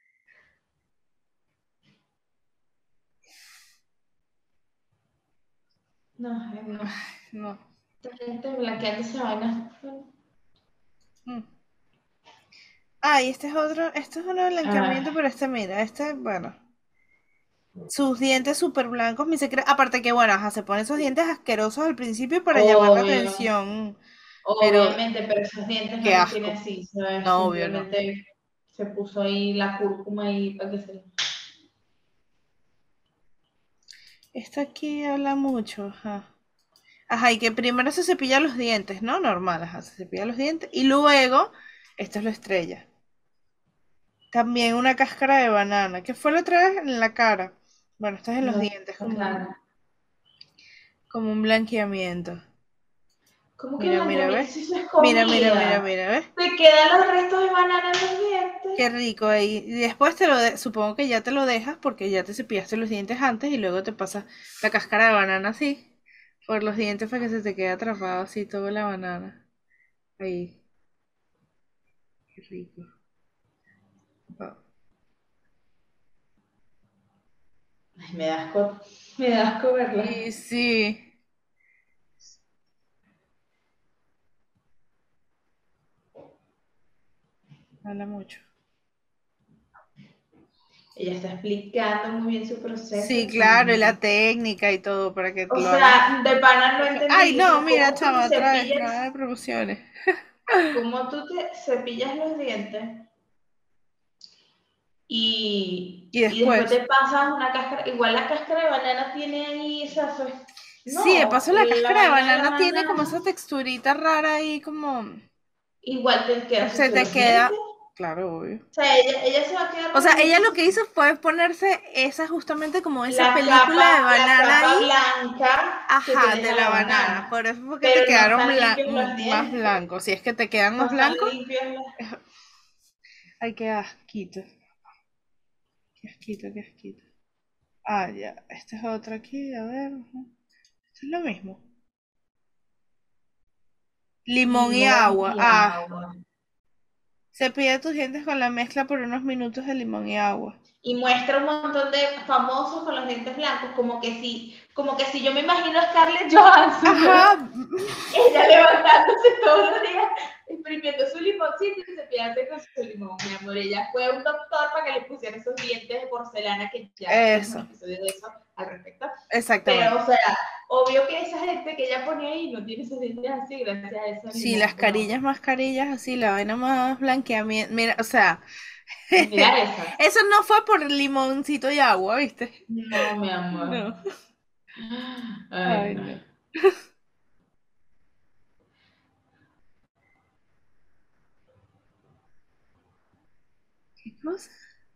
No, ay, no. No. Esta gente blanqueando esa vaina. Mm. Ay, este es otro, este es uno de blanqueamiento, Ah, pero este, mira, este, bueno. Sus dientes súper blancos, mi secreto. Aparte que, bueno, ajá, se ponen esos dientes asquerosos al principio para llamar la obvio, atención. Pero, obviamente, pero esos dientes no qué los tiene asco. así, ¿sabes? No, obvio no. Simplemente se puso ahí la cúrcuma ahí para que se... Esto aquí habla mucho, ajá. Ajá, y que primero se cepilla los dientes, ¿no? Normal, ajá, se cepilla los dientes. Y luego, esto es lo estrella. También una cáscara de banana. ¿Qué fue la otra vez? En la cara. Bueno, esto es en los No, dientes, como un, claro. como un blanqueamiento. ¿Cómo que Mira, mira, blanqueamiento? ¿ves? Si eso es Mira, mira, mira, comida. mira, ¿ves? Te quedan los restos de banana en los dientes. Qué rico ahí. Y después te lo de- supongo que ya te lo dejas porque ya te cepillaste los dientes antes y luego te pasas la cáscara de banana así por los dientes para que se te quede atrapado así toda la banana. Ahí, qué rico. Wow. Ay, me da asco, me da asco verla. Y sí, habla mucho. Ella está explicando muy bien su proceso, Sí, claro, y chama. la técnica y todo para que O lo hagas. sea, de pana no Ay, entendí. O no, sea, mira, cómo tú te chama, otra vez, cepillas, nada de promociones. cómo tú te cepillas los dientes y, Y y después después, te pasas una cáscara. Igual la cáscara de banana tiene ahí, o sea, eso es- sí, de no, paso la la cáscara de vaina de la banana tiene como banana esa texturita rara ahí, como igual te quedan se sucios te los dientes. queda. Claro, obvio. O sea, ella, ella se va a quedar O con sea, los ella dientes lo que sucios. hizo fue ponerse esa justamente como esa La película capa, de la banana capa ahí, blanca que te ajá, de deja la la banana. banana. Por eso fue que te Pero no quedaron están blan- limpios los mm, más dientes. blancos. Si es que te quedan No más están blancos, limpios los... ay, qué asquito. Qué asquito, qué asquito. Ah, ya. Esta es otra aquí, a ver. Ujú. Esto es lo mismo. Limón y Limón agua. y Ah, agua. cepilla tus dientes con la mezcla por unos minutos de limón y agua. Y muestra un montón de famosos con los dientes blancos, como que si, como que si yo me imagino a Scarlett Johansson, ¿verdad? Ajá, Ella levantándose todos los días, exprimiendo su limoncito y cepillándose con su limón, mi amor. Ella fue a un doctor para que le pusiera esos dientes de porcelana, que ya hicimos un eso, episodio de eso al respecto. Pero, exactamente. o sea, obvio que esa gente que ella ponía ahí no tiene esos dientes así gracias a ese Sí, las limón con agua. carillas, mascarillas, así, la vaina más blanqueamiento. Mira, o sea, Mira esa. eso no fue por limoncito y agua, ¿viste? No, mi amor. No. Ay, Ay, no. no. ¿Qué cosa?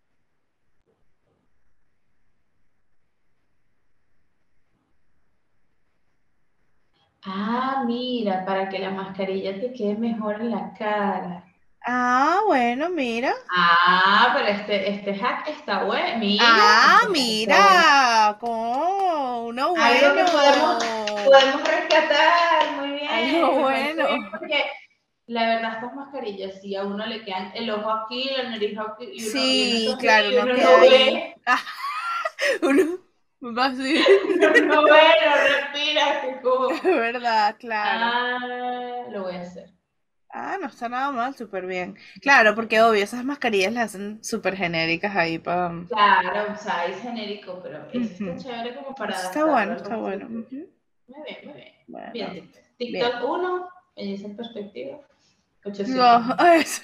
Ah, mira, para que la mascarilla te quede mejor en la cara. Ah, bueno, mira. Ah, pero este, este hack está bueno. Mira, Ah, este hack está bueno. mira. Con uno Algo que podemos, bueno. podemos rescatar. Muy Algo bien, me parece bien bueno. porque La verdad, estas mascarillas, sí, a uno le quedan el ojo aquí, la nariz aquí, y uno, y uno Sí, sonríe claro, y uno uno queda no ahí. ve, Ah, uno va así. uno no ve, no respira, que Es como, verdad, claro. ah, lo voy a hacer. Ah, no está nada mal, súper bien. Claro, porque obvio, esas mascarillas las hacen súper genéricas ahí para... Claro, o sea, es genérico, pero eso está Ujú. chévere como para Eso está adaptarlo bueno, al está rostro bueno. tuyo. Ujú. Muy bien, muy bien. Bueno, Bien, TikTok. bien. TikTok uno, belleza en perspectiva, ochocientos No, mil. eso.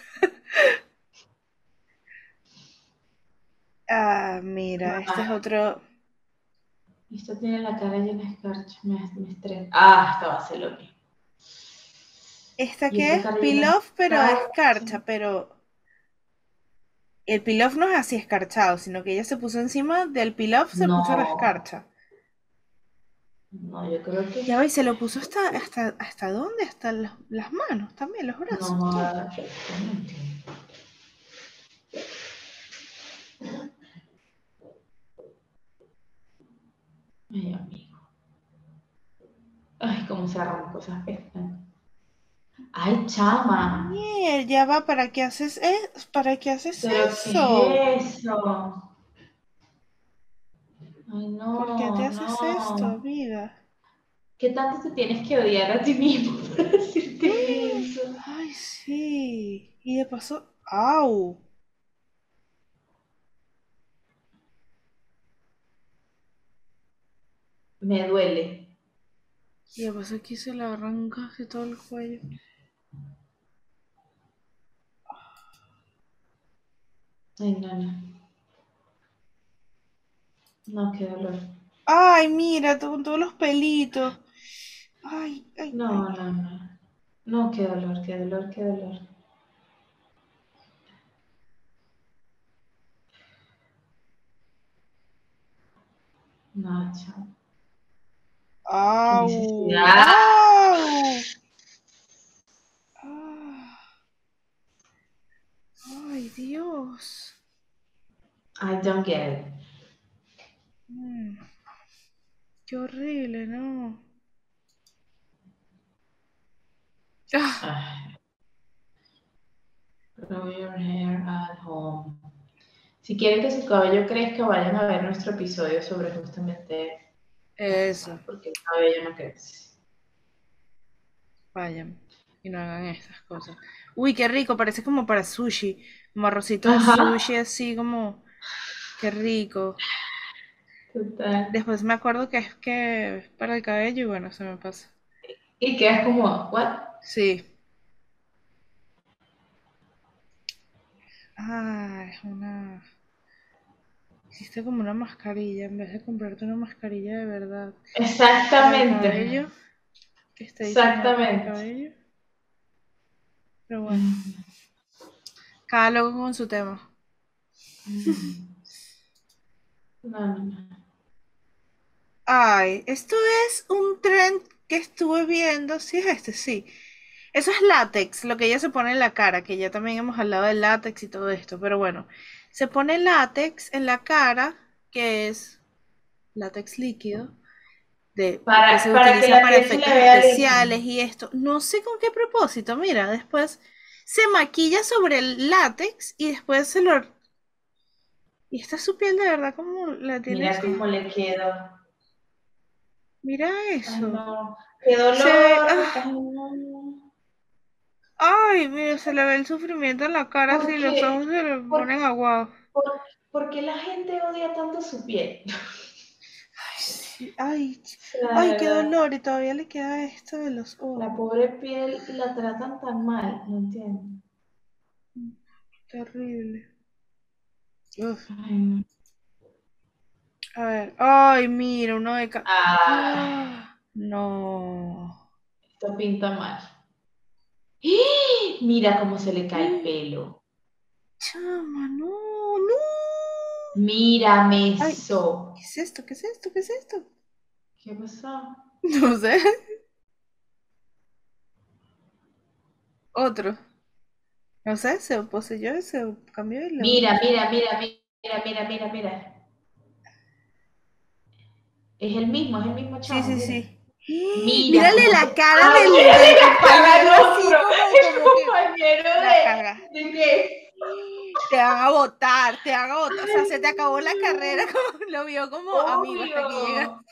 Ah, mira, este es Ah, otro. esto tiene la cara llena de escarcha, me, me estresa. Ah, esta va a ser lo mismo. Esta Y que esa es cara llena de pilaf, pero escarcha. escarcha, pero el pilaf no es así escarchado, sino que ella se puso encima del pilaf, se puso la No, escarcha. no, yo creo Ya va, y que se lo puso hasta, hasta, ¿hasta dónde? Hasta las, las manos también, los brazos, no, todo. ah, yo no entiendo. Ay, amigo. Ay, cómo se arrancó esas pestañas. Ay, chama. Mier, ya va, ¿para qué haces es, ¿para qué haces ¿Pero eso? qué es eso? Ay, ¿Por qué te no, haces esto, no. amiga? ¿Qué tanto te tienes que odiar a ti mismo para decirte eso? Ay, sí. Y de paso, au. Me duele. Y de paso aquí se le arranca así todo el cuello. Ay, no, no. No, qué dolor. Ay, mira, con todos los pelitos. Ay, ay, No, ay. no, no. No, qué dolor, qué dolor, qué dolor. No, chao. Qué Au, necesidad. au. Ah, ay, Dios. I don't get it. Mm, qué horrible, ¿no? Ah, Ay, grow your hair at home. Si quieren que su cabello crezca, vayan a ver nuestro episodio sobre justamente las eso, razones por qué el cabello no crece. vayan. Y no hagan estas cosas. Uy, qué rico, parece como para sushi. Como arrocito de Ajá, sushi, así como. Qué rico. total. Después me acuerdo que es que es para el cabello y bueno, se me pasa. Y quedas como, ¿what? Sí. Ah, es una. Hiciste como una mascarilla en vez de comprarte una mascarilla de verdad para el Exactamente. cabello, que está diseñada para el Exactamente. cabello. Pero bueno, cada loco con su tema. No, no, no. Ay, esto es un trend que estuve viendo. Sí, es este, sí. Eso es látex, lo que ella se pone en la cara, que ya también hemos hablado del látex y todo esto. Pero bueno, se pone látex en la cara, que es látex líquido, de, que Para, se para que utiliza la para piel se le efectos vea líquida. especiales y esto. No sé con qué propósito, mira, después se maquilla sobre el látex y después se lo... Y está su piel de verdad como la tiene Mira así. cómo le quedó. Mira Ay, eso. no. Qué Se ve... dolor. ah, Ay, no. ay, mira, se le ve el sufrimiento en la cara ¿Por así, los ojos qué? se le ¿Por, ponen aguados. por, por qué la gente odia tanto su piel? Ay, sí, ay, O sea, de ay, qué verdad. dolor. Y todavía le queda esto de los La ojos. pobre piel la tratan tan mal. No entiendo. Terrible. Uf. Ay, no. A ver, ay, mira, uno de ca... Ah, Ah, no. esto pinta mal. ¡Ah! Mira cómo se le cae el Mm, pelo. chama, no, no. Mírame Ay, ¿qué eso. es esto? ¿Qué es esto? ¿Qué es esto? ¿Qué pasó? No sé. Otro. No sé, se poseyó y se cambió y lo... Mira, mira, mira, mira, mira, mira, mira. Es el mismo, es el mismo Sí, chamo, sí, mira. sí. Mira Mírale cómo la se cara del, abre del la cara al compañero así hombro. como, El como que compañero la caga. de, ¿de qué? Te van a votar, te van a votar. O sea, se te Ay, acabó la carrera, no. como lo vio como amigo hasta que llega. Obvio.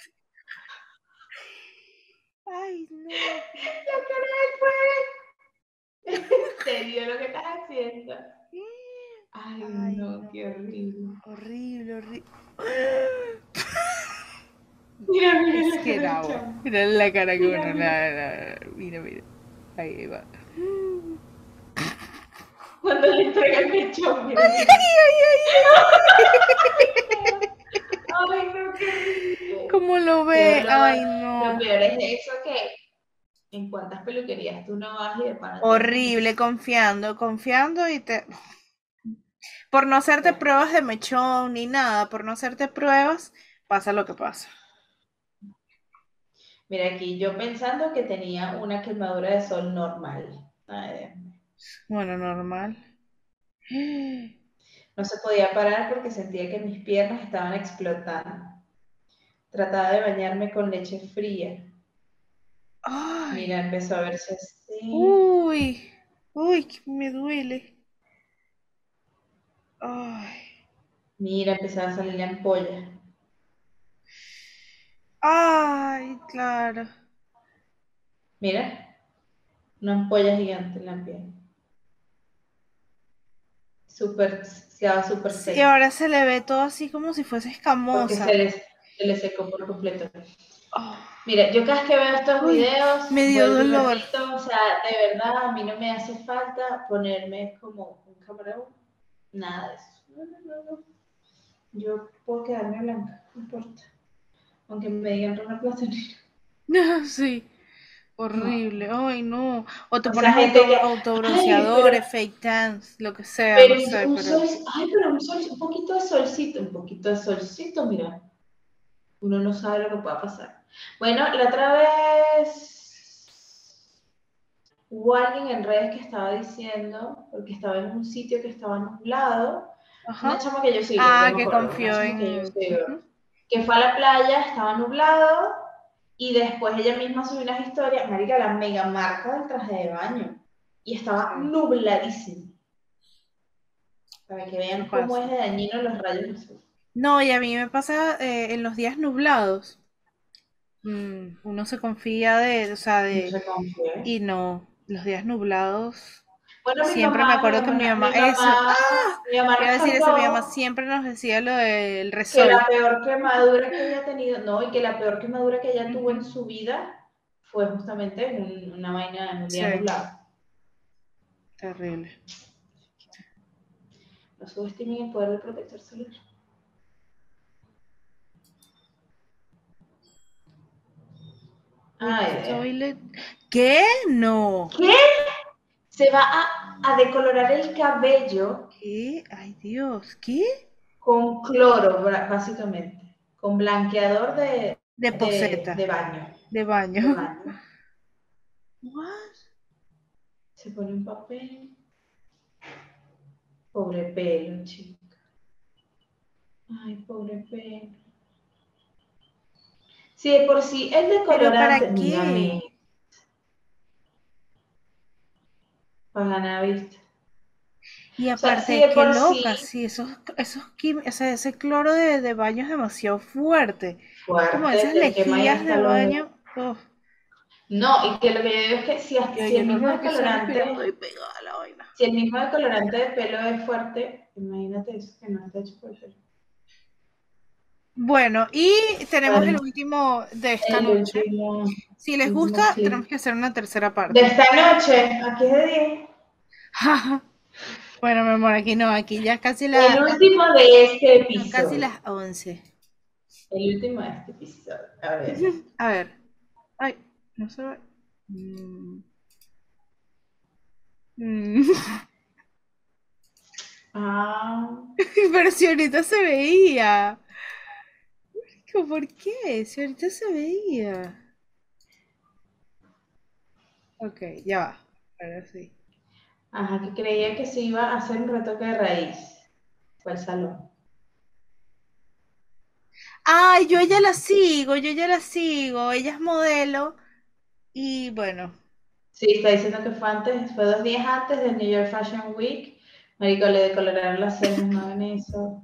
Ay, no. La cara del fue. ¿En serio lo que estás haciendo? Ay, Ay, no, no. qué horrible. Horrible, horrible. Mira, mira Es la que cara del no. chamo. Mira la cara que Mira, uno. mira. Nada, nada. Mira, mira. Ahí, ahí va. Cuando le entrega el mechón, mira, Ay, mira. ay, ay, Ay, no, qué ay. horrible. ¿Cómo lo Qué ve? dolor. Ay, Lo no. peor es eso que en cuántas peluquerías tú no vas y de pana te hacen Horrible, eso. confiando, confiando y te... Por no hacerte Bueno, pruebas de mechón ni nada, por no hacerte pruebas, pasa lo que pasa. mira aquí, yo pensando que tenía una quemadura de sol normal. Ay, Dios mío. Bueno, normal. No se podía parar porque sentía que mis piernas estaban explotando. Trataba de bañarme con leche fría. Ay, Mira, empezó a verse así. uy, uy, que me duele. Ay, Mira, empezaba a salir la ampolla. ay, claro. Mira, una ampolla gigante en la piel. Súper, quedaba súper Sí, seca. ahora se le ve todo así como si fuese Porque escamosa. se les, se les secó por completo. Oh, Mira, yo cada vez que veo estos uy, videos, me dio vuelvo y dolor. repito, o sea, de verdad, a mí no me hace falta ponerme como un camarón, nada de eso. No, no, no, no. Yo puedo quedarme blanca, no importa. Aunque me digan Rona Platanero. Sí, No. horrible. Ay, no. O te O sea, pones gente auto, que, ay, pero, autobronceadores, fake tans, lo que sea, pero no sé, un pero... sol, ay, pero un sol, un poquito de solcito, un poquito de solcito, mira. Uno no sabe lo que pueda pasar. Bueno, la otra vez hubo alguien en redes que estaba diciendo, porque estaba en un sitio que estaba nublado, una Ajá. chama que yo sigo, yo Ah, me que acuerdo, una confió chama que yo en... sigo, Ujú. que fue a la playa, estaba nublado, y después ella misma subió unas historias, marica, la mega marca del traje de baño, y estaba Sí, nubladísimo, para que eso vean cómo es pasa. de dañino los rayos del sol. No, y a mí me pasa eh, en los días nublados. Mm, uno se confía de, o sea, No de... sé cómo fue. Y no, los días nublados... Bueno, mi Siempre me mamá, mi acuerdo que mamá, mi mamá... mi Eso. mamá, ¡Ah! mi mamá Iba a nos decir eso, mi mamá contó siempre nos decía lo del que resol. la peor quemadura que ella ha tenido, no, y que la peor quemadura que ella tuvo Ujú. en su vida fue justamente en un- una vaina, en un día Sí, nublado. terrible. No subestimen el poder del protector solar. Ay, With Dios. toilet. ¿Qué? No. ¿Qué? Se va a, a decolorar el cabello ¿Qué? Ay, Dios. ¿Qué? con cloro, bra- básicamente, con blanqueador de, De de, poseta. de baño. De baño. De baño. What? Se pone un papel. Pobre pelo, chica. Ay, pobre pelo. Si de por sí el ¿Pero para decolorante, mira, qué? mi, para ganar vista. Y O sea, si aparte, de qué por sí, loca, sí, esos, esos quim- o sea, ese cloro de, de baño es demasiado fuerte. Como fuerte, esas te quema ya lejías hasta de los... baño. Uf. No, y que lo que yo digo es que si, Yo, si yo el no, mismo no, que estoy respirando decolorante, y pegada a la vaina. si el mismo decolorante de pelo es fuerte, imagínate eso, que no está hecho por el pelo. Bueno, y tenemos el Bueno, último de esta el noche. último, Si les gusta, último tenemos clip. que hacer una tercera De parte. esta noche, aquí es de diez. Bueno, mi amor, aquí no, aquí ya es casi El la, la- último de este son casi episodio. las once. El último de este episodio. A ver. A ver, ay, no se ve. Mm, mm. Ah, Pero si ahorita se veía. Digo, ¿por qué? Si ahorita se veía. Ok, ya va. Ahora sí. ajá, que creía que se iba a hacer un retoque de raíz. Fue al salón. Ay, yo ella la sigo, yo ya la sigo, ella es modelo y bueno, Sí, está diciendo que fue antes, fue dos días antes del New York Fashion Week. Marico, le decoloraron las cejas, no hagan eso.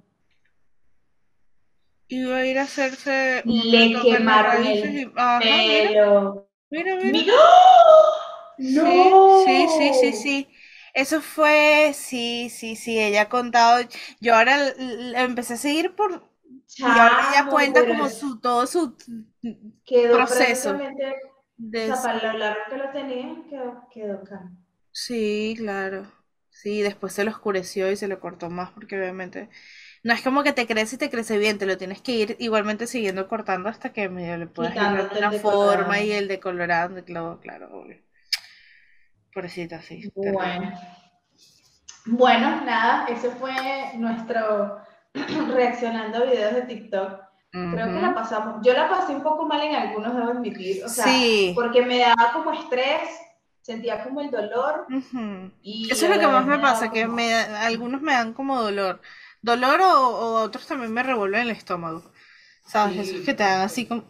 iba a ir a hacerse un Le retoque en las quemaron raíces el y, ajá, mira, pelo. mira, mira. ¡Mira! ¡Oh! Sí, sí, sí, sí, ¡No! sí. Eso fue, sí, sí, sí, ella ha contado. Yo ahora l- l- empecé a seguir por, y ahora ella Chamo, cuenta pero como es- su, todo su quedó proceso prácticamente, o de, sea, para lo largo que lo tenía, quedó, quedó acá. sí, claro. Sí, después se lo oscureció y se lo cortó más porque obviamente no es como que te crece y te crece bien, te lo tienes que ir igualmente siguiendo cortando hasta que medio le puedas ir dando Quitándote el una forma y decolorado. el decolorando y claro, claro, obvio. Pobrecita, sí, terrible. Bueno, bueno, nada, eso fue nuestro reaccionando a videos de TikTok. Creo que la Ujú. pasamos, yo la pasé un poco mal en algunos, debo admitir, o sea, Sí, porque me daba como estrés, sentía como el dolor ujú. y Eso es a lo que la más vez me me pasa, daba que me, como, da- algunos me dan como dolor. Dolor o, o otros también me revuelven el estómago. ¿Sabes? Esos que sí, te dan así como...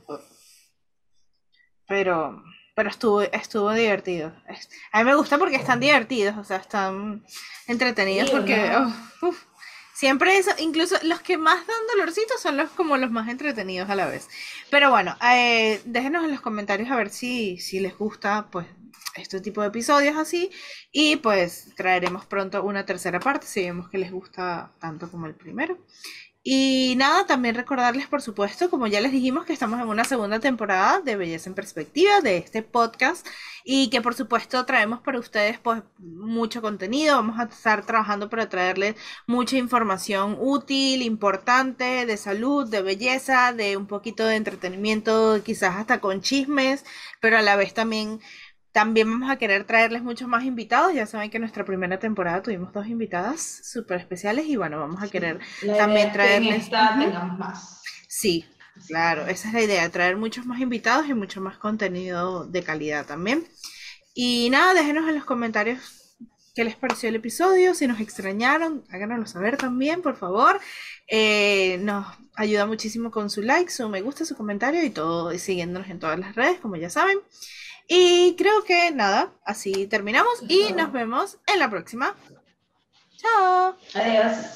Pero, pero estuvo, estuvo divertido. Es- A mí me gusta porque están divertidos, o sea, están entretenidos sí, porque uno, uf, uf. Siempre eso, incluso los que más dan dolorcitos son los como los más entretenidos a la vez. Pero bueno, eh, déjenos en los comentarios a ver si, si les gusta pues este tipo de episodios así y pues traeremos pronto una tercera parte si vemos que les gusta tanto como el primero. Y nada, también recordarles, por supuesto, como ya les dijimos, que estamos en una segunda temporada de Belleza en Perspectiva de este podcast y que por supuesto traemos para ustedes pues mucho contenido. Vamos a estar trabajando para traerles mucha información útil, importante, de salud, de belleza, de un poquito de entretenimiento, quizás hasta con chismes, pero a la vez también también vamos a querer traerles muchos más invitados. Ya saben que en nuestra primera temporada tuvimos dos invitadas súper especiales y bueno, vamos a querer sí, la idea también es que en traerles. esta Ujú. tengamos más. Sí, Así claro, que, esa es la idea, traer muchos más invitados y mucho más contenido de calidad también. Y nada, déjenos en los comentarios qué les pareció el episodio, si nos extrañaron, háganoslo saber también, por favor. Eh, nos ayuda muchísimo con su like, su me gusta, su comentario y todo, y siguiéndonos en todas las redes, como ya saben. Y creo que nada, así terminamos eso es y nos todo. vemos en la próxima. Chao. Adiós.